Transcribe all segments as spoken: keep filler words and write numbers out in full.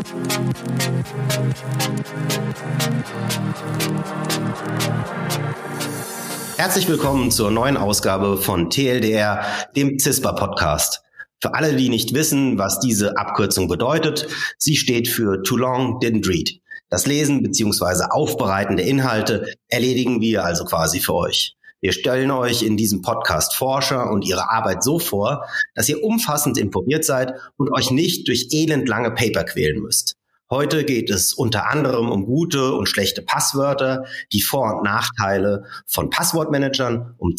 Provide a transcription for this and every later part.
Herzlich willkommen zur neuen Ausgabe von T L D R, dem CISPA-Podcast. Für alle, die nicht wissen, was diese Abkürzung bedeutet, sie steht für Too Long Didn't Read. Das Lesen bzw. Aufbereiten der Inhalte erledigen wir also quasi für euch. Wir stellen euch in diesem Podcast Forscher und ihre Arbeit so vor, dass ihr umfassend informiert seid und euch nicht durch elendlange Paper quälen müsst. Heute geht es unter anderem um gute und schlechte Passwörter, die Vor- und Nachteile von Passwortmanagern, um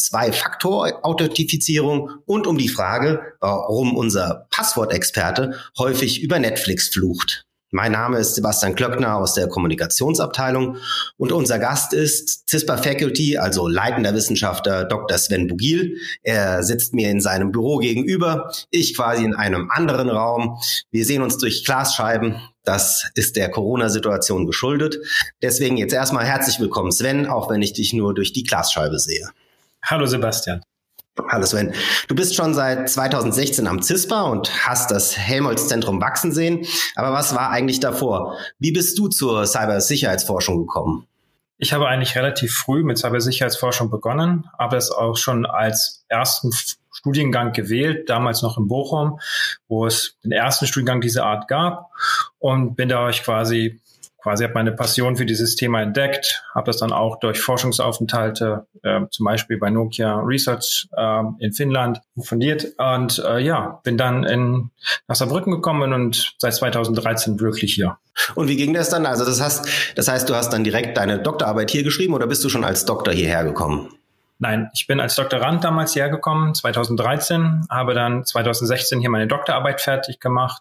Zwei-Faktor-Authentifizierung und um die Frage, warum unser Passwortexperte häufig über Netflix flucht. Mein Name ist Sebastian Klöckner aus der Kommunikationsabteilung und unser Gast ist CISPA Faculty, also leitender Wissenschaftler Doktor Sven Bugil. Er sitzt mir in seinem Büro gegenüber, ich quasi in einem anderen Raum. Wir sehen uns durch Glasscheiben. Das ist der Corona-Situation geschuldet. Deswegen jetzt erstmal herzlich willkommen, Sven, auch wenn ich dich nur durch die Glasscheibe sehe. Hallo Sebastian. Hallo Sven. Du bist schon seit zweitausendsechzehn am CISPA und hast das Helmholtz-Zentrum wachsen sehen. Aber was war eigentlich davor? Wie bist du zur Cybersicherheitsforschung gekommen? Ich habe eigentlich relativ früh mit Cybersicherheitsforschung begonnen, habe es auch schon als ersten Studiengang gewählt, damals noch in Bochum, wo es den ersten Studiengang dieser Art gab, und bin dadurch quasi Quasi habe meine Passion für dieses Thema entdeckt, habe das dann auch durch Forschungsaufenthalte, äh, zum Beispiel bei Nokia Research äh, in Finnland, fundiert und äh, ja, bin dann in, nach Saarbrücken gekommen und seit zweitausenddreizehn wirklich hier. Und wie ging das dann? Also das heißt, das heißt, du hast dann direkt deine Doktorarbeit hier geschrieben oder bist du schon als Doktor hierher gekommen? Nein, ich bin als Doktorand damals hergekommen, zweitausenddreizehn, habe dann zweitausendsechzehn hier meine Doktorarbeit fertig gemacht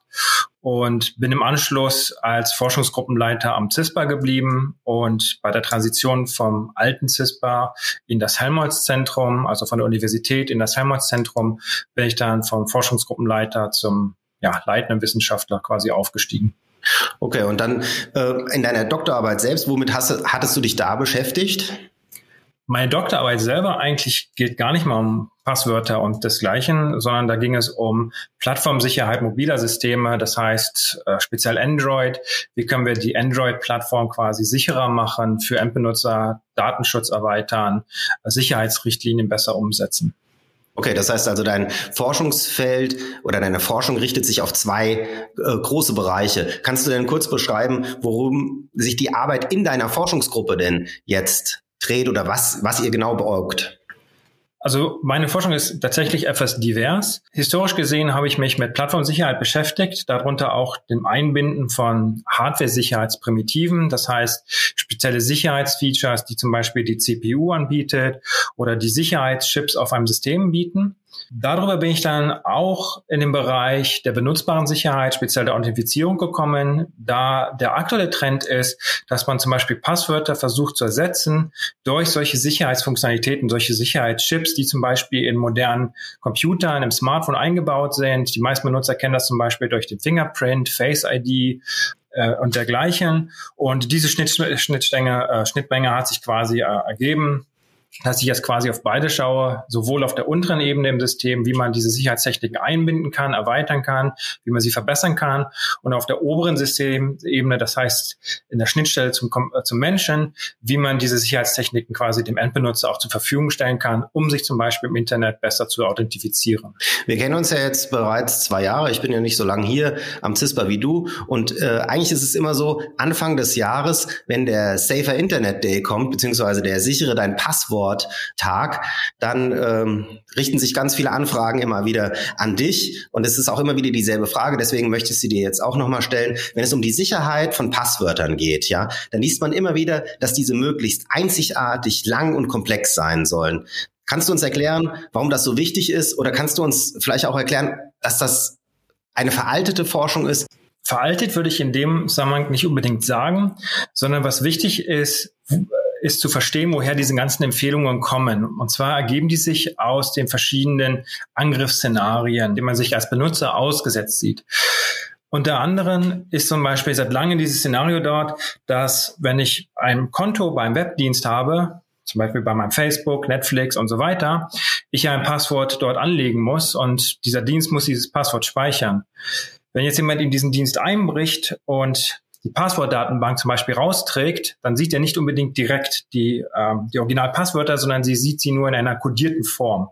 und bin im Anschluss als Forschungsgruppenleiter am CISPA geblieben und bei der Transition vom alten CISPA in das Helmholtz-Zentrum, also von der Universität in das Helmholtz-Zentrum, bin ich dann vom Forschungsgruppenleiter zum ja, leitenden Wissenschaftler quasi aufgestiegen. Okay, und dann äh, in deiner Doktorarbeit selbst, womit hast, hattest du dich da beschäftigt? Meine Doktorarbeit selber eigentlich geht gar nicht mal um Passwörter und desgleichen, sondern da ging es um Plattformsicherheit mobiler Systeme, das heißt äh, speziell Android. Wie können wir die Android-Plattform quasi sicherer machen, für Endbenutzer Datenschutz erweitern, äh, Sicherheitsrichtlinien besser umsetzen? Okay, das heißt also, dein Forschungsfeld oder deine Forschung richtet sich auf zwei äh, große Bereiche. Kannst du denn kurz beschreiben, worum sich die Arbeit in deiner Forschungsgruppe denn jetzt dreht oder was, was ihr genau beäugt? Also meine Forschung ist tatsächlich etwas divers. Historisch gesehen habe ich mich mit Plattformsicherheit beschäftigt, darunter auch dem Einbinden von Hardware-Sicherheitsprimitiven, das heißt spezielle Sicherheitsfeatures, die zum Beispiel die C P U anbietet oder die Sicherheitschips auf einem System bieten. Darüber bin ich dann auch in den Bereich der benutzbaren Sicherheit, speziell der Authentifizierung gekommen, da der aktuelle Trend ist, dass man zum Beispiel Passwörter versucht zu ersetzen durch solche Sicherheitsfunktionalitäten, solche Sicherheitschips, die zum Beispiel in modernen Computern, im Smartphone eingebaut sind. Die meisten Benutzer kennen das zum Beispiel durch den Fingerprint, Face I D äh, und dergleichen. Und diese Schnitt, Schnittmenge, äh, Schnittmenge hat sich quasi äh, ergeben, dass ich jetzt quasi auf beide schaue, sowohl auf der unteren Ebene im System, wie man diese Sicherheitstechniken einbinden kann, erweitern kann, wie man sie verbessern kann, und auf der oberen Systemebene, das heißt in der Schnittstelle zum, zum Menschen, wie man diese Sicherheitstechniken quasi dem Endbenutzer auch zur Verfügung stellen kann, um sich zum Beispiel im Internet besser zu authentifizieren. Wir kennen uns ja jetzt bereits zwei Jahre. Ich bin ja nicht so lange hier am CISPA wie du. Und äh, eigentlich ist es immer so, Anfang des Jahres, wenn der Safer Internet Day kommt, beziehungsweise der sichere dein Passwort Tag, dann ähm, richten sich ganz viele Anfragen immer wieder an dich und es ist auch immer wieder dieselbe Frage, deswegen möchte ich sie dir jetzt auch nochmal stellen. Wenn es um die Sicherheit von Passwörtern geht, ja, dann liest man immer wieder, dass diese möglichst einzigartig, lang und komplex sein sollen. Kannst du uns erklären, warum das so wichtig ist, oder kannst du uns vielleicht auch erklären, dass das eine veraltete Forschung ist? Veraltet würde ich in dem Zusammenhang nicht unbedingt sagen, sondern was wichtig ist, ist zu verstehen, woher diese ganzen Empfehlungen kommen. Und zwar ergeben die sich aus den verschiedenen Angriffsszenarien, denen man sich als Benutzer ausgesetzt sieht. Unter anderem ist zum Beispiel seit langem dieses Szenario dort, dass wenn ich ein Konto beim Webdienst habe, zum Beispiel bei meinem Facebook, Netflix und so weiter, ich ein Passwort dort anlegen muss und dieser Dienst muss dieses Passwort speichern. Wenn jetzt jemand in diesen Dienst einbricht und die Passwortdatenbank zum Beispiel rausträgt, dann sieht er nicht unbedingt direkt die, ähm, die Originalpasswörter, sondern sie sieht sie nur in einer kodierten Form.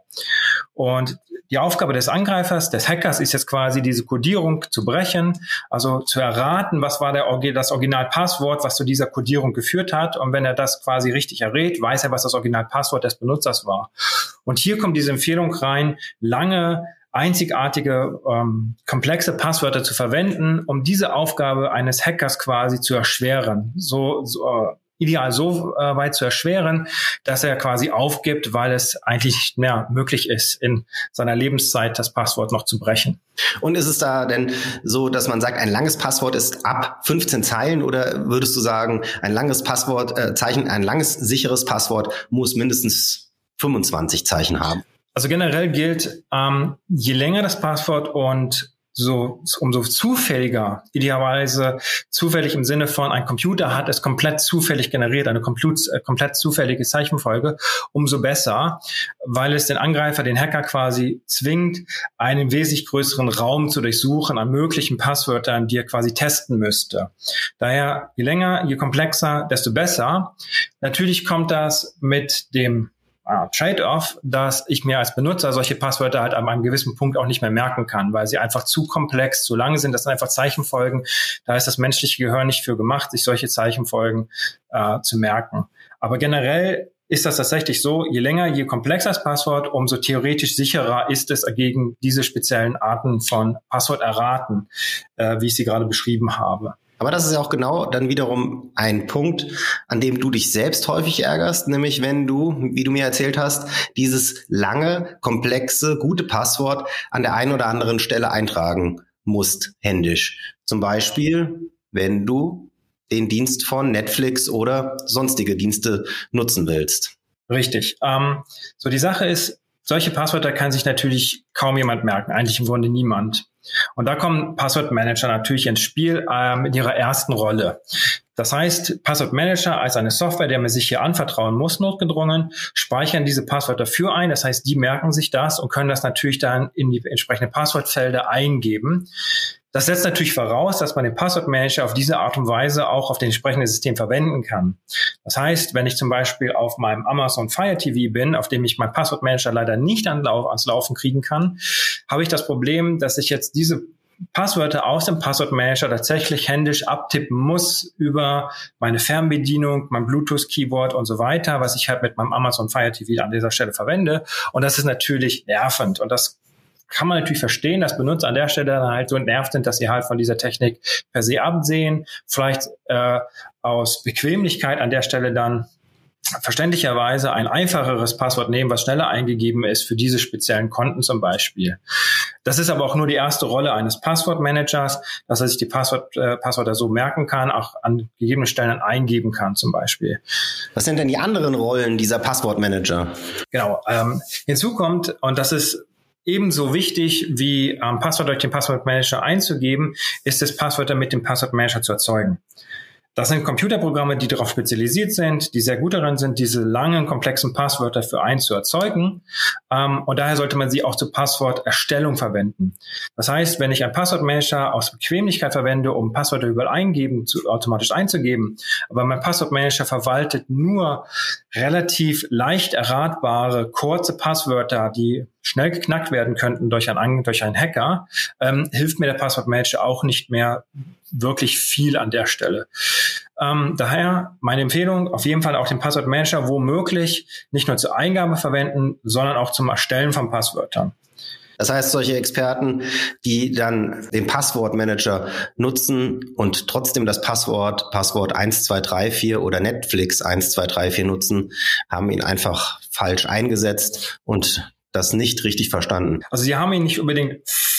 Und die Aufgabe des Angreifers, des Hackers, ist jetzt quasi diese Kodierung zu brechen, also zu erraten, was war der, das Originalpasswort, was zu dieser Kodierung geführt hat. Und wenn er das quasi richtig errät, weiß er, was das Originalpasswort des Benutzers war. Und hier kommt diese Empfehlung rein, lange einzigartige, ähm, komplexe Passwörter zu verwenden, um diese Aufgabe eines Hackers quasi zu erschweren. So, so äh, ideal so äh, weit zu erschweren, dass er quasi aufgibt, weil es eigentlich nicht mehr möglich ist, in seiner Lebenszeit das Passwort noch zu brechen. Und ist es da denn so, dass man sagt, ein langes Passwort ist ab fünfzehn Zeilen, oder würdest du sagen, ein langes Passwort, äh, Zeichen, ein langes sicheres Passwort muss mindestens fünfundzwanzig Zeichen haben? Also generell gilt, ähm, je länger das Passwort und so umso zufälliger, idealerweise zufällig im Sinne von ein Computer hat es komplett zufällig generiert, eine komplett, äh, komplett zufällige Zeichenfolge, umso besser, weil es den Angreifer, den Hacker quasi zwingt, einen wesentlich größeren Raum zu durchsuchen an möglichen Passwörtern, die er quasi testen müsste. Daher, je länger, je komplexer, desto besser. Natürlich kommt das mit dem Ah, Trade-off, dass ich mir als Benutzer solche Passwörter halt an einem gewissen Punkt auch nicht mehr merken kann, weil sie einfach zu komplex, zu lang sind. Das sind einfach Zeichenfolgen. Da ist das menschliche Gehirn nicht für gemacht, sich solche Zeichenfolgen äh, zu merken. Aber generell ist das tatsächlich so, je länger, je komplexer das Passwort, umso theoretisch sicherer ist es gegen diese speziellen Arten von Passworterraten, äh, wie ich sie gerade beschrieben habe. Aber das ist ja auch genau dann wiederum ein Punkt, an dem du dich selbst häufig ärgerst, nämlich wenn du, wie du mir erzählt hast, dieses lange, komplexe, gute Passwort an der einen oder anderen Stelle eintragen musst, händisch. Zum Beispiel, wenn du den Dienst von Netflix oder sonstige Dienste nutzen willst. Richtig. Ähm, so die Sache ist, solche Passwörter kann sich natürlich kaum jemand merken, eigentlich im Grunde niemand. Und da kommen Passwortmanager natürlich ins Spiel äh, mit ihrer ersten Rolle. Das heißt, Passwortmanager als eine Software, der man sich hier anvertrauen muss, notgedrungen, speichern diese Passwörter für ein. Das heißt, die merken sich das und können das natürlich dann in die entsprechenden Passwortfelder eingeben. Das setzt natürlich voraus, dass man den Passwortmanager auf diese Art und Weise auch auf dem entsprechenden System verwenden kann. Das heißt, wenn ich zum Beispiel auf meinem Amazon Fire T V bin, auf dem ich meinen Passwortmanager leider nicht ans Laufen kriegen kann, habe ich das Problem, dass ich jetzt diese Passwörter aus dem Passwortmanager tatsächlich händisch abtippen muss über meine Fernbedienung, mein Bluetooth-Keyboard und so weiter, was ich halt mit meinem Amazon Fire T V an dieser Stelle verwende. Und das ist natürlich nervend. Und das kann man natürlich verstehen, dass Benutzer an der Stelle dann halt so nervt sind, dass sie halt von dieser Technik per se absehen. Vielleicht äh, aus Bequemlichkeit an der Stelle dann verständlicherweise ein einfacheres Passwort nehmen, was schneller eingegeben ist für diese speziellen Konten zum Beispiel. Das ist aber auch nur die erste Rolle eines Passwortmanagers, dass er sich die Passwort, äh, Passwörter so merken kann, auch an gegebenen Stellen eingeben kann zum Beispiel. Was sind denn die anderen Rollen dieser Passwortmanager? Genau. Ähm, hinzu kommt, und das ist ebenso wichtig wie ähm, Passwort durch den Passwortmanager einzugeben, ist es, Passwörter mit dem Passwortmanager zu erzeugen. Das sind Computerprogramme, die darauf spezialisiert sind, die sehr gut darin sind, diese langen, komplexen Passwörter für einen zu erzeugen. Ähm, und daher sollte man sie auch zur Passworterstellung verwenden. Das heißt, wenn ich einen Passwortmanager aus Bequemlichkeit verwende, um Passwörter überall eingeben, zu, automatisch einzugeben, aber mein Passwortmanager verwaltet nur relativ leicht erratbare, kurze Passwörter, die schnell geknackt werden könnten durch einen, durch einen Hacker, ähm, hilft mir der Passwortmanager auch nicht mehr wirklich viel an der Stelle. Ähm, daher meine Empfehlung, auf jeden Fall auch den Passwortmanager womöglich nicht nur zur Eingabe verwenden, sondern auch zum Erstellen von Passwörtern. Das heißt, solche Experten, die dann den Passwortmanager nutzen und trotzdem das Passwort, Passwort eins zwei drei vier oder Netflix eins zwei drei vier nutzen, haben ihn einfach falsch eingesetzt und das nicht richtig verstanden. Also sie haben ihn nicht unbedingt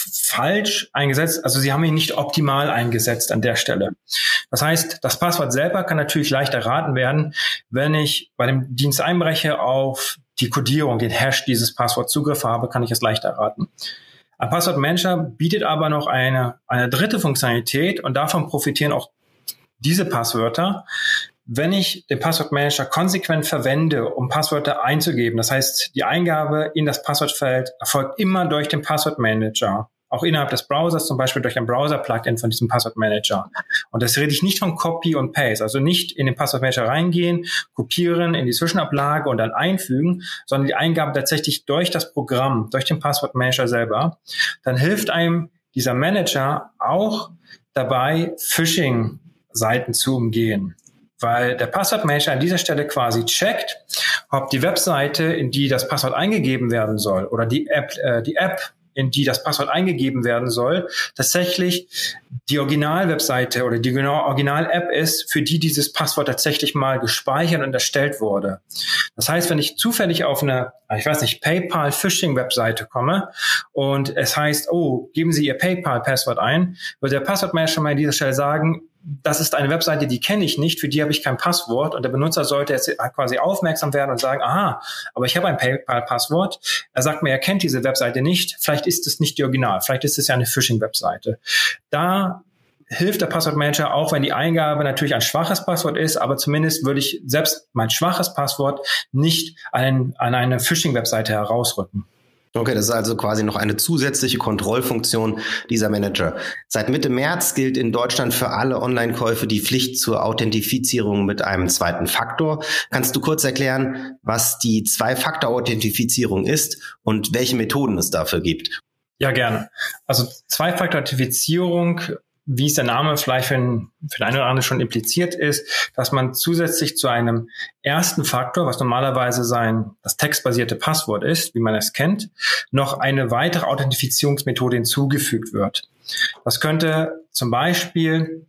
falsch eingesetzt, also sie haben ihn nicht optimal eingesetzt an der Stelle. Das heißt, das Passwort selber kann natürlich leicht erraten werden, wenn ich bei dem Dienst einbreche, auf die Codierung, den Hash dieses Passworts Zugriff habe, kann ich es leicht erraten. Ein Passwortmanager bietet aber noch eine, eine dritte Funktionalität und davon profitieren auch diese Passwörter. Wenn ich den Passwortmanager konsequent verwende, um Passwörter einzugeben, das heißt, die Eingabe in das Passwortfeld erfolgt immer durch den Passwortmanager auch innerhalb des Browsers, zum Beispiel durch ein Browser-Plugin von diesem Passwortmanager. Und das rede ich nicht von Copy und Paste, also nicht in den Passwortmanager reingehen, kopieren in die Zwischenablage und dann einfügen, sondern die Eingabe tatsächlich durch das Programm, durch den Passwortmanager selber. Dann hilft einem dieser Manager auch dabei, Phishing-Seiten zu umgehen. Weil der Passwortmanager an dieser Stelle quasi checkt, ob die Webseite, in die das Passwort eingegeben werden soll, oder die App, äh, die App, in die das Passwort eingegeben werden soll, tatsächlich die Original-Webseite oder die Original-App ist, für die dieses Passwort tatsächlich mal gespeichert und erstellt wurde. Das heißt, wenn ich zufällig auf eine, ich weiß nicht, PayPal-Phishing-Webseite komme und es heißt, oh, geben Sie Ihr PayPal-Passwort ein, wird der Passwortmanager mal an dieser Stelle sagen, das ist eine Webseite, die kenne ich nicht, für die habe ich kein Passwort, und der Benutzer sollte jetzt quasi aufmerksam werden und sagen, aha, aber ich habe ein PayPal-Passwort. Er sagt mir, er kennt diese Webseite nicht, vielleicht ist es nicht die Original, vielleicht ist es ja eine Phishing-Webseite. Da hilft der Passwortmanager auch, wenn die Eingabe natürlich ein schwaches Passwort ist, aber zumindest würde ich selbst mein schwaches Passwort nicht an, an eine Phishing-Webseite herausrücken. Okay, das ist also quasi noch eine zusätzliche Kontrollfunktion dieser Manager. Seit Mitte März gilt in Deutschland für alle Online-Käufe die Pflicht zur Authentifizierung mit einem zweiten Faktor. Kannst du kurz erklären, was die Zwei-Faktor-Authentifizierung ist und welche Methoden es dafür gibt? Ja, gerne. Also Zwei-Faktor-Authentifizierung, wie es der Name vielleicht für den, für den einen oder anderen schon impliziert ist, dass man zusätzlich zu einem ersten Faktor, was normalerweise sein das textbasierte Passwort ist, wie man es kennt, noch eine weitere Authentifizierungsmethode hinzugefügt wird. Das könnte zum Beispiel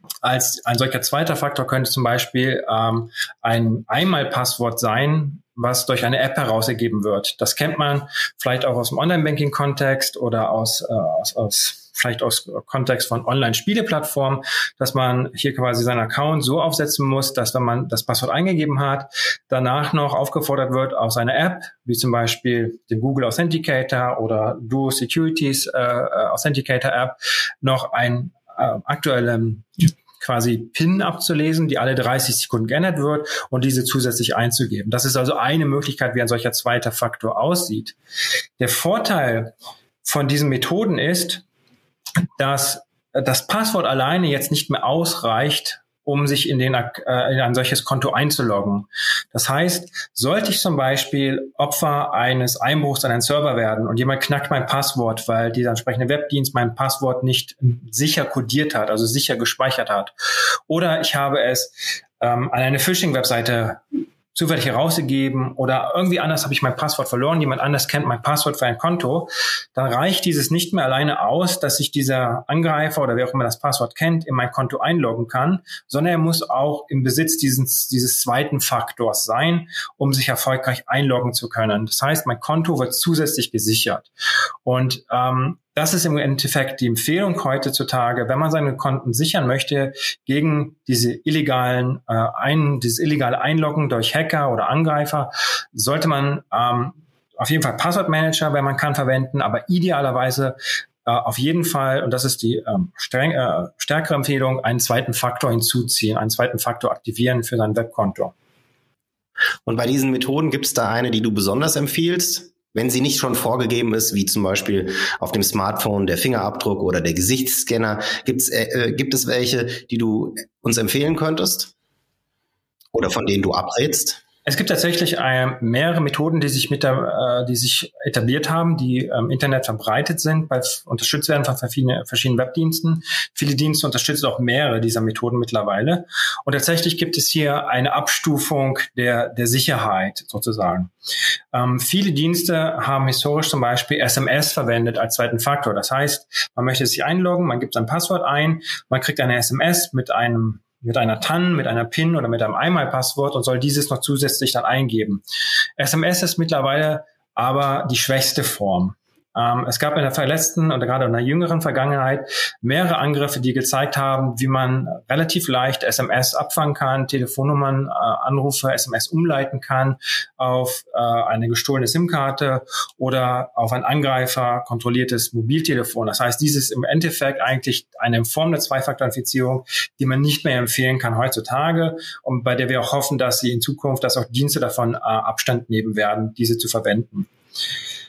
als ein solcher zweiter Faktor könnte zum Beispiel ähm, ein Einmalpasswort sein, was durch eine App herausgegeben wird. Das kennt man vielleicht auch aus dem Online-Banking-Kontext oder aus, äh, aus, aus vielleicht aus Kontext von Online-Spieleplattformen, dass man hier quasi seinen Account so aufsetzen muss, dass wenn man das Passwort eingegeben hat, danach noch aufgefordert wird, auf seine App, wie zum Beispiel den Google Authenticator oder Duo Securities äh, Authenticator App, noch ein äh, aktuellen quasi PIN abzulesen, die alle dreißig Sekunden geändert wird und diese zusätzlich einzugeben. Das ist also eine Möglichkeit, wie ein solcher zweiter Faktor aussieht. Der Vorteil von diesen Methoden ist, dass das Passwort alleine jetzt nicht mehr ausreicht, um sich in, den, äh, in ein solches Konto einzuloggen. Das heißt, sollte ich zum Beispiel Opfer eines Einbruchs an einen Server werden und jemand knackt mein Passwort, weil dieser entsprechende Webdienst mein Passwort nicht sicher kodiert hat, also sicher gespeichert hat, oder ich habe es ähm, an eine Phishing-Webseite zufällig herausgegeben oder irgendwie anders habe ich mein Passwort verloren, jemand anders kennt mein Passwort für ein Konto, dann reicht dieses nicht mehr alleine aus, dass sich dieser Angreifer oder wer auch immer das Passwort kennt, in mein Konto einloggen kann, sondern er muss auch im Besitz dieses, dieses zweiten Faktors sein, um sich erfolgreich einloggen zu können. Das heißt, mein Konto wird zusätzlich gesichert. Und ähm, das ist im Endeffekt die Empfehlung heutzutage, wenn man seine Konten sichern möchte gegen diese illegalen, äh, ein, dieses illegale Einloggen durch Hacker oder Angreifer, sollte man ähm, auf jeden Fall Passwortmanager, wenn man kann, verwenden, aber idealerweise äh, auf jeden Fall, und das ist die ähm, streng, äh, stärkere Empfehlung, einen zweiten Faktor hinzuziehen, einen zweiten Faktor aktivieren für sein Webkonto. Und bei diesen Methoden gibt es da eine, die du besonders empfiehlst? Wenn sie nicht schon vorgegeben ist, wie zum Beispiel auf dem Smartphone der Fingerabdruck oder der Gesichtsscanner, gibt's, äh, gibt es welche, die du uns empfehlen könntest? Oder von denen du abrätst? Es gibt tatsächlich äh, mehrere Methoden, die sich mit der, äh, die sich etabliert haben, die im ähm, Internet verbreitet sind, bei, unterstützt werden von verschiedenen, verschiedenen Webdiensten. Viele Dienste unterstützen auch mehrere dieser Methoden mittlerweile. Und tatsächlich gibt es hier eine Abstufung der, der Sicherheit sozusagen. Ähm, viele Dienste haben historisch zum Beispiel S M S verwendet als zweiten Faktor. Das heißt, man möchte sich einloggen, man gibt sein Passwort ein, man kriegt eine S M S mit einem mit einer T A N, mit einer PIN oder mit einem Einmalpasswort und soll dieses noch zusätzlich dann eingeben. S M S ist mittlerweile aber die schwächste Form. Ähm, es gab in der letzten oder gerade in der jüngeren Vergangenheit mehrere Angriffe, die gezeigt haben, wie man relativ leicht S M S abfangen kann, Telefonnummern, äh, Anrufe, S M S umleiten kann auf äh, eine gestohlene SIM-Karte oder auf ein Angreifer kontrolliertes Mobiltelefon. Das heißt, dies ist im Endeffekt eigentlich eine Form der Zwei-Faktor-Authentifizierung, die man nicht mehr empfehlen kann heutzutage und bei der wir auch hoffen, dass sie in Zukunft, dass auch Dienste davon äh, Abstand nehmen werden, diese zu verwenden.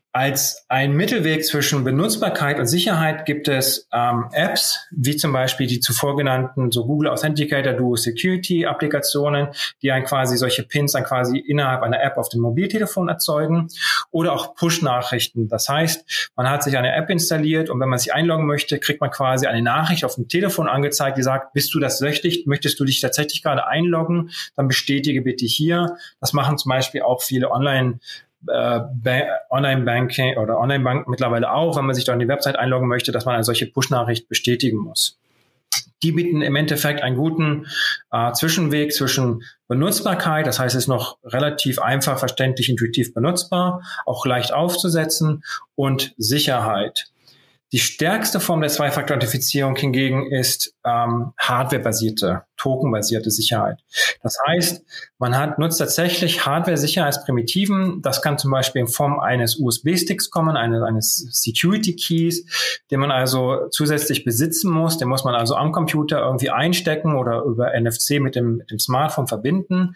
Als ein Mittelweg zwischen Benutzbarkeit und Sicherheit gibt es ähm, Apps, wie zum Beispiel die zuvor genannten so Google Authenticator Duo Security Applikationen, die dann quasi solche Pins dann quasi innerhalb einer App auf dem Mobiltelefon erzeugen, oder auch Push-Nachrichten. Das heißt, man hat sich eine App installiert und wenn man sich einloggen möchte, kriegt man quasi eine Nachricht auf dem Telefon angezeigt, die sagt, bist du das wirklich? Möchtest du dich tatsächlich gerade einloggen? Dann bestätige bitte hier. Das machen zum Beispiel auch viele Online- Äh, Online-Banking oder Online-Bank mittlerweile auch, wenn man sich da in die Website einloggen möchte, dass man eine solche Push-Nachricht bestätigen muss. Die bieten im Endeffekt einen guten äh, Zwischenweg zwischen Benutzbarkeit, das heißt, es ist noch relativ einfach, verständlich, intuitiv benutzbar, auch leicht aufzusetzen, und Sicherheit. Die stärkste Form der Zwei-Faktor-Authentifizierung hingegen ist ähm, hardwarebasierte, tokenbasierte Sicherheit. Das heißt, man hat, nutzt tatsächlich Hardware-Sicherheitsprimitiven. Das kann zum Beispiel in Form eines U S B-Sticks kommen, eines, eines Security-Keys, den man also zusätzlich besitzen muss. Den muss man also am Computer irgendwie einstecken oder über N F C mit dem, mit dem Smartphone verbinden.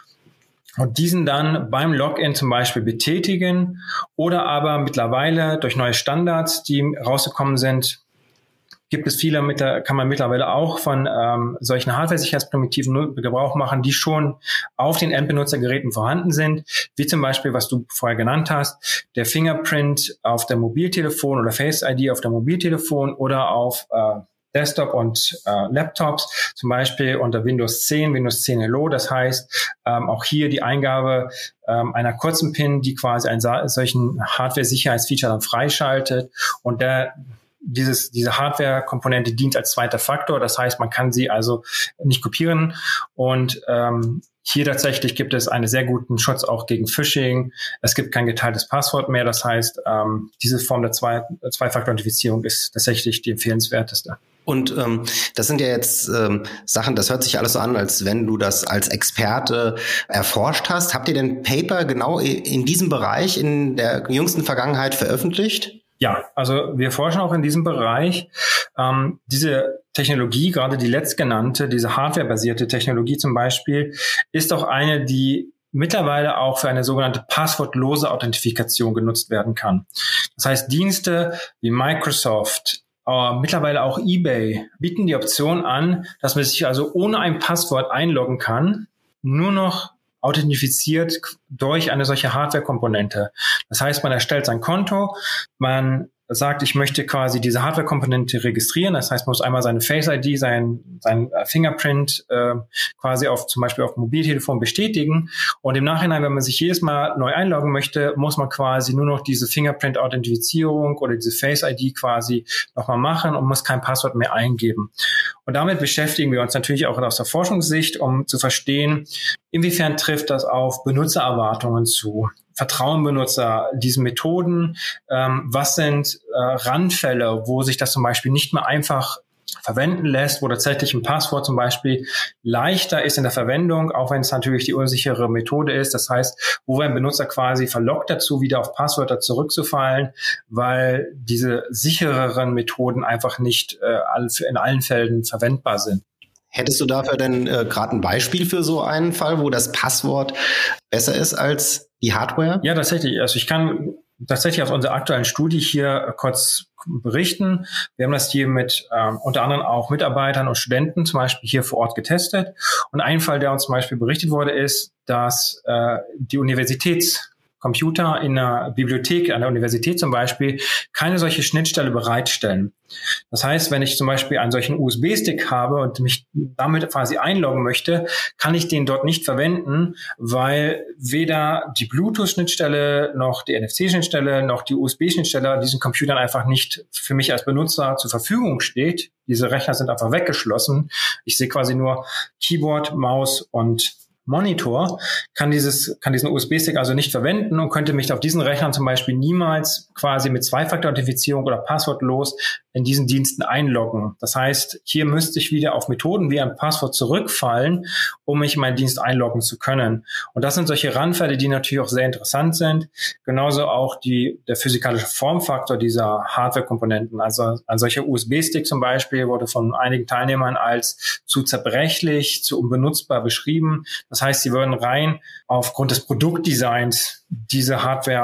Und diesen dann beim Login zum Beispiel betätigen, oder aber mittlerweile durch neue Standards, die rausgekommen sind, gibt es viele, mit der, kann man mittlerweile auch von ähm, solchen Hardware-Sicherheitsprimitiven Gebrauch machen, die schon auf den Endbenutzergeräten vorhanden sind, wie zum Beispiel, was du vorher genannt hast, der Fingerprint auf der Mobiltelefon oder Face I D auf der Mobiltelefon oder auf äh, Desktop und äh, Laptops, zum Beispiel unter Windows zehn, Windows zehn Hello. Das heißt, ähm, auch hier die Eingabe ähm, einer kurzen PIN, die quasi einen solchen Hardware-Sicherheitsfeature dann freischaltet. Und der Dieses, diese Hardware-Komponente dient als zweiter Faktor. Das heißt, man kann sie also nicht kopieren. Und ähm, hier tatsächlich gibt es einen sehr guten Schutz auch gegen Phishing. Es gibt kein geteiltes Passwort mehr. Das heißt, ähm, diese Form der Zwei- Zwei-Faktor-Authentifizierung ist tatsächlich die empfehlenswerteste. Und ähm, das sind ja jetzt ähm, Sachen, das hört sich alles so an, als wenn du das als Experte erforscht hast. Habt ihr denn Paper genau in diesem Bereich in der jüngsten Vergangenheit veröffentlicht? Ja, also wir forschen auch in diesem Bereich. Ähm, diese Technologie, gerade die letztgenannte, diese hardwarebasierte Technologie zum Beispiel, ist auch eine, die mittlerweile auch für eine sogenannte passwortlose Authentifikation genutzt werden kann. Das heißt, Dienste wie Microsoft, Uh, mittlerweile auch eBay bieten die Option an, dass man sich also ohne ein Passwort einloggen kann, nur noch authentifiziert durch eine solche Hardware-Komponente. Das heißt, man erstellt sein Konto, man sagt, ich möchte quasi diese Hardware-Komponente registrieren. Das heißt, man muss einmal seine Face I D, sein, sein Fingerprint äh, quasi auf zum Beispiel auf dem Mobiltelefon bestätigen. Und im Nachhinein, wenn man sich jedes Mal neu einloggen möchte, muss man quasi nur noch diese Fingerprint-Authentifizierung oder diese Face I D quasi nochmal machen und muss kein Passwort mehr eingeben. Und damit beschäftigen wir uns natürlich auch aus der Forschungssicht, um zu verstehen, inwiefern trifft das auf Benutzererwartungen zu. Vertrauen Benutzer diesen Methoden? Ähm, was sind äh, Randfälle, wo sich das zum Beispiel nicht mehr einfach verwenden lässt, wo tatsächlich ein Passwort zum Beispiel leichter ist in der Verwendung, auch wenn es natürlich die unsichere Methode ist. Das heißt, wo ein Benutzer quasi verlockt dazu, wieder auf Passwörter zurückzufallen, weil diese sichereren Methoden einfach nicht äh, in allen Fällen verwendbar sind. Hättest du dafür denn äh, gerade ein Beispiel für so einen Fall, wo das Passwort besser ist als die Hardware? Ja, tatsächlich. Also ich kann tatsächlich aus unserer aktuellen Studie hier kurz berichten. Wir haben das hier mit ähm, unter anderem auch Mitarbeitern und Studenten zum Beispiel hier vor Ort getestet. Und ein Fall, der uns zum Beispiel berichtet wurde, ist, dass äh, die Universitäts Computer in einer Bibliothek, an der Universität zum Beispiel, keine solche Schnittstelle bereitstellen. Das heißt, wenn ich zum Beispiel einen solchen U S B-Stick habe und mich damit quasi einloggen möchte, kann ich den dort nicht verwenden, weil weder die Bluetooth-Schnittstelle noch die N F C-Schnittstelle noch die U S B-Schnittstelle an diesen Computern einfach nicht für mich als Benutzer zur Verfügung steht. Diese Rechner sind einfach weggeschlossen. Ich sehe quasi nur Keyboard, Maus und Monitor, kann dieses, kann diesen U S B-Stick also nicht verwenden und könnte mich auf diesen Rechnern zum Beispiel niemals quasi mit Zwei-Faktor-Authentifizierung oder passwortlos in diesen Diensten einloggen. Das heißt, hier müsste ich wieder auf Methoden wie ein Passwort zurückfallen, um mich in meinen Dienst einloggen zu können. Und das sind solche Randfälle, die natürlich auch sehr interessant sind. Genauso auch die, der physikalische Formfaktor dieser Hardware-Komponenten. Also ein solcher U S B-Stick zum Beispiel wurde von einigen Teilnehmern als zu zerbrechlich, zu unbenutzbar beschrieben. Das heißt, sie würden rein aufgrund des Produktdesigns diese Hardware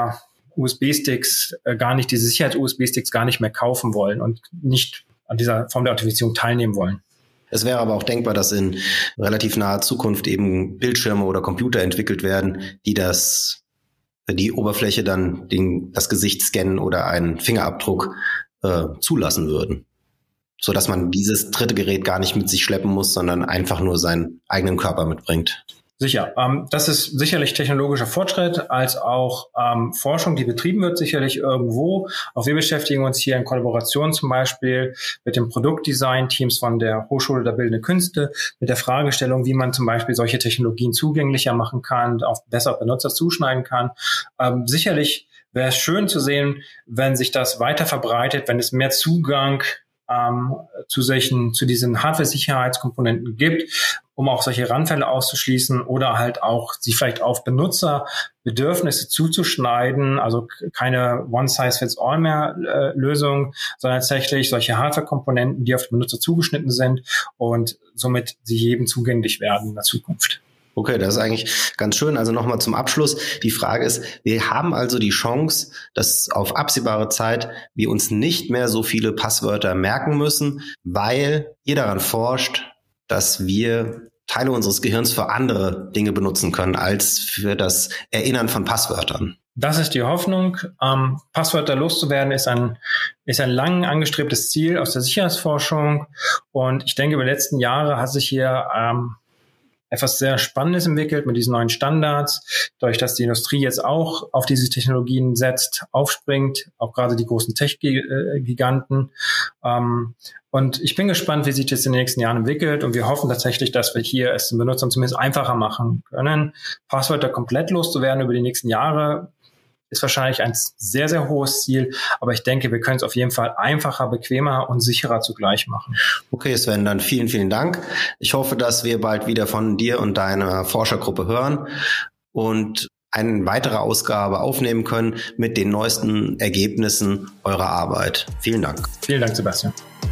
U S B-Sticks äh, gar nicht, diese Sicherheits-U S B-Sticks gar nicht mehr kaufen wollen und nicht an dieser Form der Authentifizierung teilnehmen wollen. Es wäre aber auch denkbar, dass in relativ naher Zukunft eben Bildschirme oder Computer entwickelt werden, die das, die Oberfläche dann den, das Gesicht scannen oder einen Fingerabdruck äh, zulassen würden. Sodass man dieses dritte Gerät gar nicht mit sich schleppen muss, sondern einfach nur seinen eigenen Körper mitbringt. Sicher. Ähm, das ist sicherlich technologischer Fortschritt als auch ähm, Forschung, die betrieben wird, sicherlich irgendwo. Auch wir beschäftigen uns hier in Kollaboration zum Beispiel mit dem Produktdesign-Teams von der Hochschule der Bildenden Künste mit der Fragestellung, wie man zum Beispiel solche Technologien zugänglicher machen kann, auf besser Benutzer zuschneiden kann. Ähm, sicherlich wäre es schön zu sehen, wenn sich das weiter verbreitet, wenn es mehr Zugang ähm, zu solchen, zu diesen Hardware-Sicherheitskomponenten gibt, um auch solche Randfälle auszuschließen oder halt auch sie vielleicht auf Benutzerbedürfnisse zuzuschneiden, also keine One-Size-Fits-All mehr äh, Lösung, sondern tatsächlich solche Hardware-Komponenten, die auf den Benutzer zugeschnitten sind und somit sie jedem zugänglich werden in der Zukunft. Okay, das ist eigentlich ganz schön. Also nochmal zum Abschluss. Die Frage ist, wir haben also die Chance, dass auf absehbare Zeit wir uns nicht mehr so viele Passwörter merken müssen, weil ihr daran forscht, dass wir Teile unseres Gehirns für andere Dinge benutzen können, als für das Erinnern von Passwörtern. Das ist die Hoffnung. Ähm, Passwörter loszuwerden ist ein, ist ein lang angestrebtes Ziel aus der Sicherheitsforschung. Und ich denke, über die letzten Jahre hat sich hier ähm, etwas sehr Spannendes entwickelt mit diesen neuen Standards, dadurch, dass die Industrie jetzt auch auf diese Technologien setzt, aufspringt, auch gerade die großen Tech-Giganten. Und ich bin gespannt, wie sich das in den nächsten Jahren entwickelt. Und wir hoffen tatsächlich, dass wir hier es den Benutzern zumindest einfacher machen können, Passwörter komplett loszuwerden über die nächsten Jahre. Ist wahrscheinlich ein sehr, sehr hohes Ziel. Aber ich denke, wir können es auf jeden Fall einfacher, bequemer und sicherer zugleich machen. Okay, Sven, dann vielen, vielen Dank. Ich hoffe, dass wir bald wieder von dir und deiner Forschergruppe hören und eine weitere Ausgabe aufnehmen können mit den neuesten Ergebnissen eurer Arbeit. Vielen Dank. Vielen Dank, Sebastian.